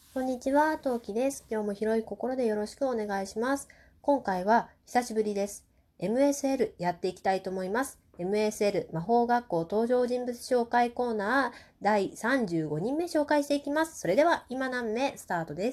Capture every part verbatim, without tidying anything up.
こんにちは、トウキです。今日も広い心でよろしくお願いします。今回は久しぶりです。エムエスエル やっていきたいと思います。エムエスエル 魔法学校登場人物紹介コーナーだいさんじゅうごにんめ紹介していきます。それでは今何名スタートです。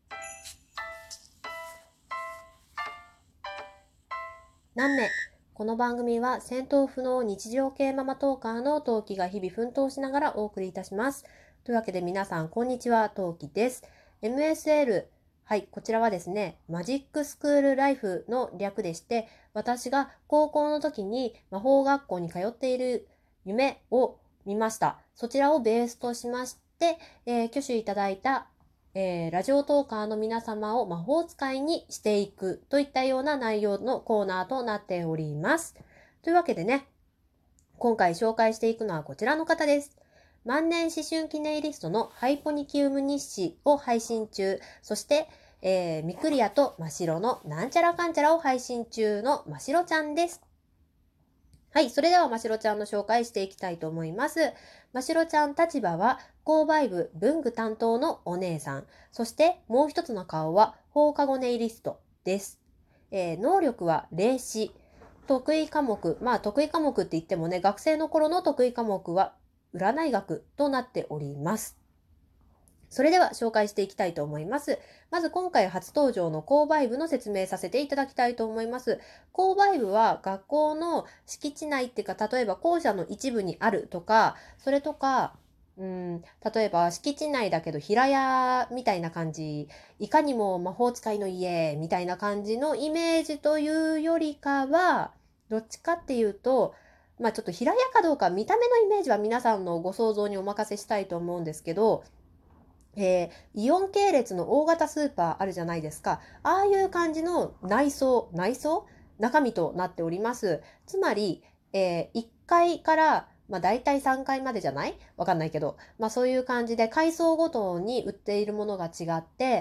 何名この番組は戦闘不能日常系ママトーカーのトウキが日々奮闘しながらお送りいたします。というわけで皆さんこんにちは、トウキです。エムエスエル、はい、こちらはですね、マジックスクールライフの略でして、私が高校の時に魔法学校に通っている夢を見ました。そちらをベースとしまして、えー、挙手いただいたえー、ラジオトーカーの皆様を魔法使いにしていくといったような内容のコーナーとなっております。というわけでね、今回紹介していくのはこちらの方です。万年思春期ネイリストのハイポニキウム日誌を配信中、そして、えー、ミクリアとマシロのなんちゃらかんちゃらを配信中のマシロちゃんです。はい、それではましろちゃんの紹介していきたいと思います。ましろちゃん立場は購買部文具担当のお姉さん、そしてもう一つの顔は放課後ネイリストです。えー、能力は霊視、得意科目、まあ得意科目って言ってもね、学生の頃の得意科目は占い学となっております。それでは紹介していきたいと思います。まず今回初登場の購買部の説明させていただきたいと思います。購買部は学校の敷地内っていうか、例えば校舎の一部にあるとか、それとか、うん、例えば敷地内だけど平屋みたいな感じ、いかにも魔法使いの家みたいな感じのイメージというよりかは、どっちかっていうと、まあちょっと平屋かどうか見た目のイメージは皆さんのご想像にお任せしたいと思うんですけど、えー、イオン系列の大型スーパーあるじゃないですか。ああいう感じの内装、内装中身となっております。つまり、えー、いっかいから、まあ大体さんがいまでじゃないわかんないけど、まあそういう感じで階層ごとに売っているものが違って、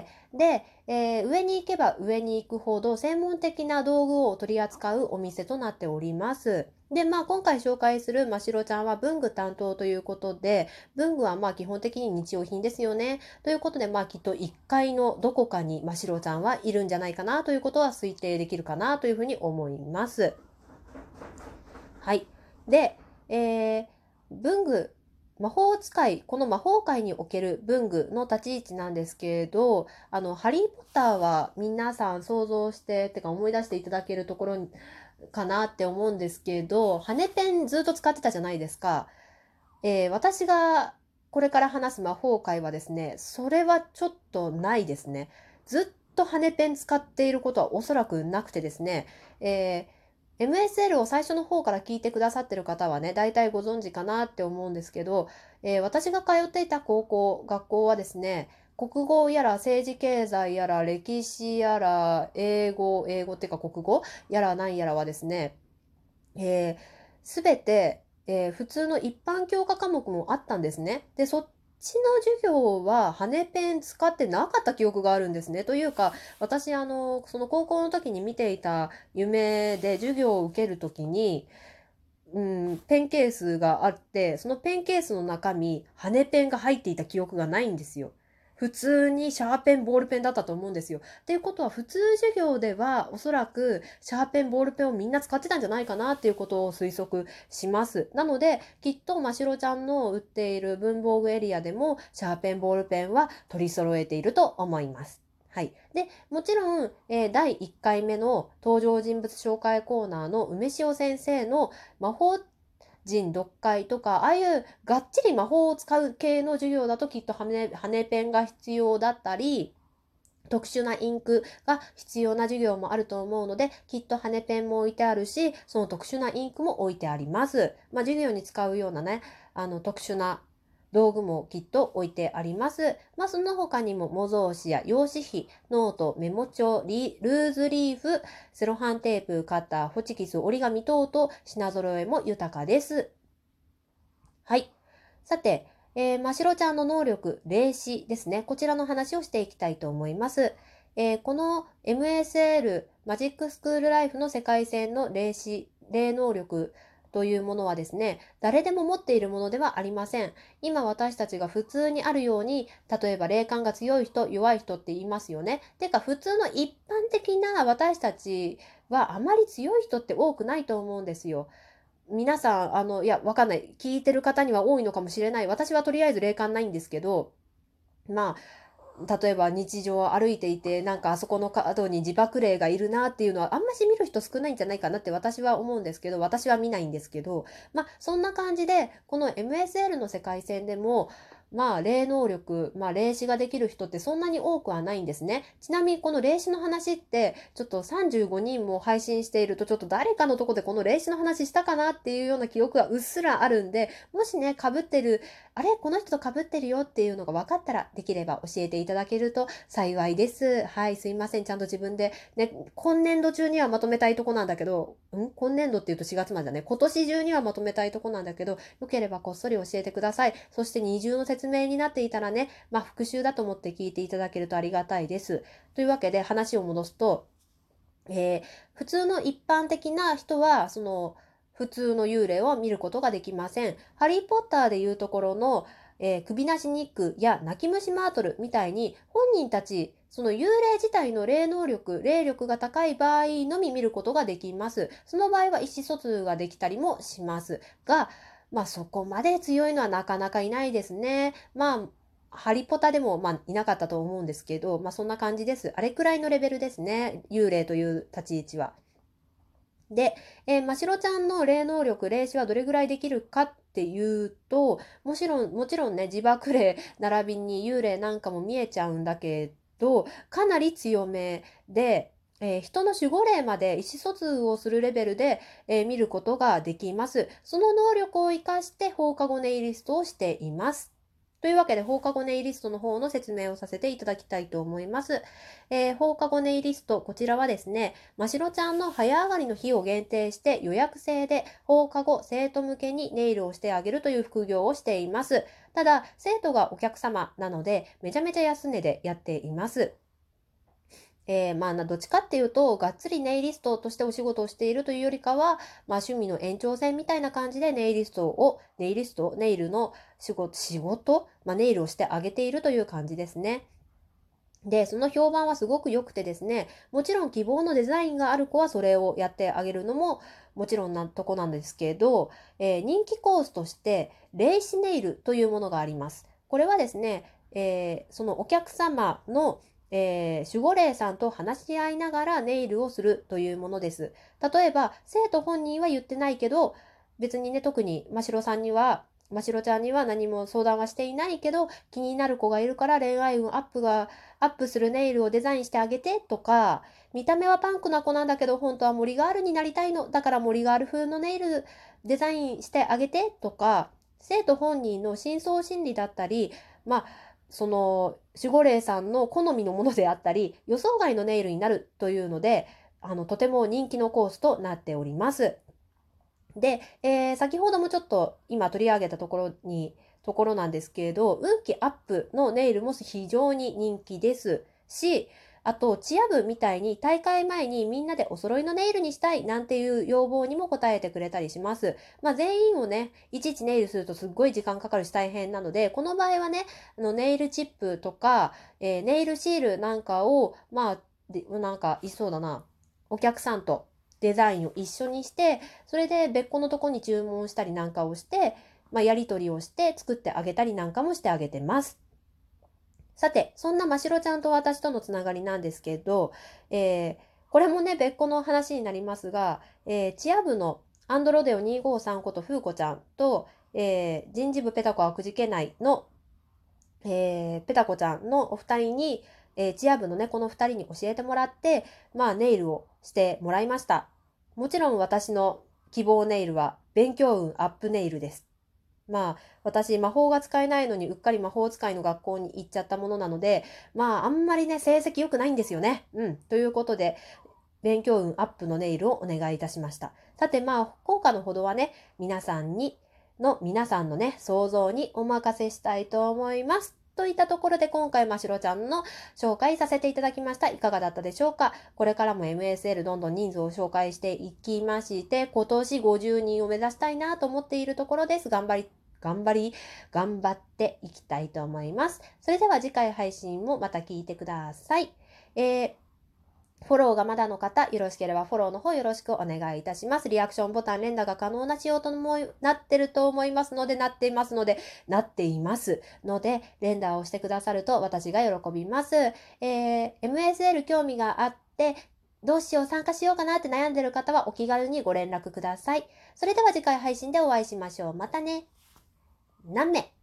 で、えー、上に行けば上に行くほど専門的な道具を取り扱うお店となっております。で、まあ今回紹介するましろちゃんは文具担当ということで、文具はまあ基本的に日用品ですよね。ということで、まあきっといっかいのどこかにましろちゃんはいるんじゃないかなということは推定できるかなというふうに思います。はい。で、えー、文具、魔法使い、この魔法界における文具の立ち位置なんですけれど、あの、ハリー・ポッターは皆さん想像して、てか思い出していただけるところかなって思うんですけど、羽ペンずっと使ってたじゃないですか。えー、私がこれから話す魔法界はですね、それはちょっとないですね。ずっと羽ペン使っていることはおそらくなくてですね、えー エムエスエル を最初の方から聞いてくださってる方はね、大体ご存知かなって思うんですけど、えー私が通っていた高校、学校はですね、国語やら政治経済やら歴史やら英語、英語っていうか国語やらなんやらはですね、えすべて、えー普通の一般教科科目もあったんですね。で、そっちの授業は羽ペン使ってなかった記憶があるんですね。というか、私、あの、その高校の時に見ていた夢で授業を受ける時に、うん、ペンケースがあって、そのペンケースの中身、羽ペンが入っていた記憶がないんですよ。普通にシャーペン、ボールペンだったと思うんですよ。っていうことは、普通授業ではおそらくシャーペン、ボールペンをみんな使ってたんじゃないかなっていうことを推測します。なので、きっとましろちゃんの売っている文房具エリアでも、シャーペン、ボールペンは取り揃えていると思います。はい。で、もちろん、えーだいいっかいめの登場人物紹介コーナーの梅塩先生の魔法陣読解とか、ああいうがっちり魔法を使う系の授業だときっと羽羽ペンが必要だったり、特殊なインクが必要な授業もあると思うので、きっと羽ペンも置いてあるし、その特殊なインクも置いてあります。まあ、授業に使うようなね、あの特殊な道具もきっと置いてあります。まあ、その他にも模造紙や用紙筆、ノート、メモ帳、リルーズリーフ、セロハンテープ、カッター、ホチキス、折り紙等々品揃えも豊かです。はい。さて、えー、ましろちゃんの能力、霊視ですね。こちらの話をしていきたいと思います。えーこの エムエスエル マジックスクールライフの世界線の霊視、霊能力というものはですね、誰でも持っているものではありません。今私たちが普通にあるように、例えば霊感が強い人、弱い人って言いますよね。てか普通の一般的な私たちはあまり強い人って多くないと思うんですよ。皆さん、あの、いや、わかんない。聞いてる方には多いのかもしれない。私はとりあえず霊感ないんですけど、まあ、例えば日常を歩いていて、なんかあそこの角に自爆霊がいるなっていうのはあんまし見る人少ないんじゃないかなって私は思うんですけど、私は見ないんですけど、まあそんな感じで、この エムエスエル の世界線でも、まあ霊能力、まあ霊視ができる人ってそんなに多くはないんですね。ちなみにこの霊視の話って、ちょっとさんじゅうごにんも配信していると、ちょっと誰かのとこでこの霊視の話したかなっていうような記憶がうっすらあるんで、もしね、被ってるあれこの人と被ってるよっていうのが分かったらできれば教えていただけると幸いです。はい、すいません。ちゃんと自分でね、今年度中にはまとめたいとこなんだけど、ん今年度って言うとしがつまでだね。今年中にはまとめたいとこなんだけど、よければこっそり教えてください。そして二重の説明になっていたらね、まあ復習だと思って聞いていただけるとありがたいです。というわけで話を戻すと、えー普通の一般的な人は、その、普通の幽霊を見ることができません。ハリー・ポッターでいうところの、えー首なしニックや泣き虫マートルみたいに、本人たち、その幽霊自体の霊能力、霊力が高い場合のみ見ることができます。その場合は意思疎通ができたりもしますが、まあそこまで強いのはなかなかいないですね。まあハリポタでも、まあ、いなかったと思うんですけど、まあ、そんな感じです。あれくらいのレベルですね。幽霊という立ち位置は。で、えー、ましろちゃんの霊能力、霊視はどれぐらいできるかっていうと、もちろん、もちろんね、自爆霊並びに幽霊なんかも見えちゃうんだけど、かなり強めで、えー人の守護霊まで意思疎通をするレベルで、えー見ることができます。その能力を生かして放課後ネイリストをしています。というわけで放課後ネイリストの方の説明をさせていただきたいと思います。えー放課後ネイリスト、こちらはですね、ましろちゃんの早上がりの日を限定して予約制で放課後生徒向けにネイルをしてあげるという副業をしています。ただ、生徒がお客様なので、めちゃめちゃ安値でやっています。えー、まあ、どっちかっていうと、がっつりネイリストとしてお仕事をしているというよりかは、まあ、趣味の延長線みたいな感じでネイリストを、ネイリスト、ネイルの仕事、仕事、まあ、ネイルをしてあげているという感じですね。で、その評判はすごく良くてですね、もちろん希望のデザインがある子はそれをやってあげるのももちろんなとこなんですけど、えー人気コースとして、レイシネイルというものがあります。これはですね、えーそのお客様の、えー守護霊さんと話し合いながらネイルをするというものです。例えば、生徒本人は言ってないけど、別にね、特に真城さんには、真城ちゃんには何も相談はしていないけど、気になる子がいるから恋愛運アップがアップするネイルをデザインしてあげてとか、見た目はパンクな子なんだけど本当は森ガールになりたいのだから森ガール風のネイルデザインしてあげてとか、生徒本人の深層心理だったり、まあその守護霊さんの好みのものであったり予想外のネイルになるというので、あのとても人気のコースとなっております。で、えー先ほどもちょっと今取り上げたところに、ところなんですけれど、運気アップのネイルも非常に人気ですし、あと、チア部みたいに大会前にみんなでお揃いのネイルにしたいなんていう要望にも応えてくれたりします。まあ全員をね、いちいちネイルするとすっごい時間かかるし大変なので、この場合はね、あのネイルチップとか、えーネイルシールなんかを、まあ、でなんかいそうだな、お客さんとデザインを一緒にして、それで別個のとこに注文したりなんかをして、まあ、やり取りをして作ってあげたりなんかもしてあげてます。さて、そんなましろちゃんと私とのつながりなんですけど、えーこれもね、別個の話になりますが、えーチア部のアンドロデオにひゃくごじゅうさんことふうこちゃんと、えー人事部ペタコはくじけないの、えーペタコちゃんのお二人に、えーチア部のね、この二人に教えてもらって、まあ、ネイルをしてもらいました。もちろん私の希望ネイルは勉強運アップネイルです。まあ、私、魔法が使えないのにうっかり魔法使いの学校に行っちゃったものなので、まあ、あんまりね、成績良くないんですよね。うん。ということで、勉強運アップのネイルをお願いいたしました。さて、まあ、効果のほどはね、皆さんに、の、皆さんのね、想像にお任せしたいと思います。 といったところで今回ましろちゃんの紹介させていただきました。いかがだったでしょうか。これからも エムエスエル どんどん人数を紹介していきまして、今年ごじゅうにんを目指したいなと思っているところです。頑張り頑張り、頑張っていきたいと思います。それでは次回配信もまた聞いてください。えーフォローがまだの方、よろしければフォローの方よろしくお願いいたします。リアクションボタン連打が可能な仕様ともなってると思いますので、なっていますので、なっていますので、連打をしてくださると私が喜びます。えー、エムエスエル 興味があって、どうしよう参加しようかなって悩んでる方はお気軽にご連絡ください。それでは次回配信でお会いしましょう。またね。何名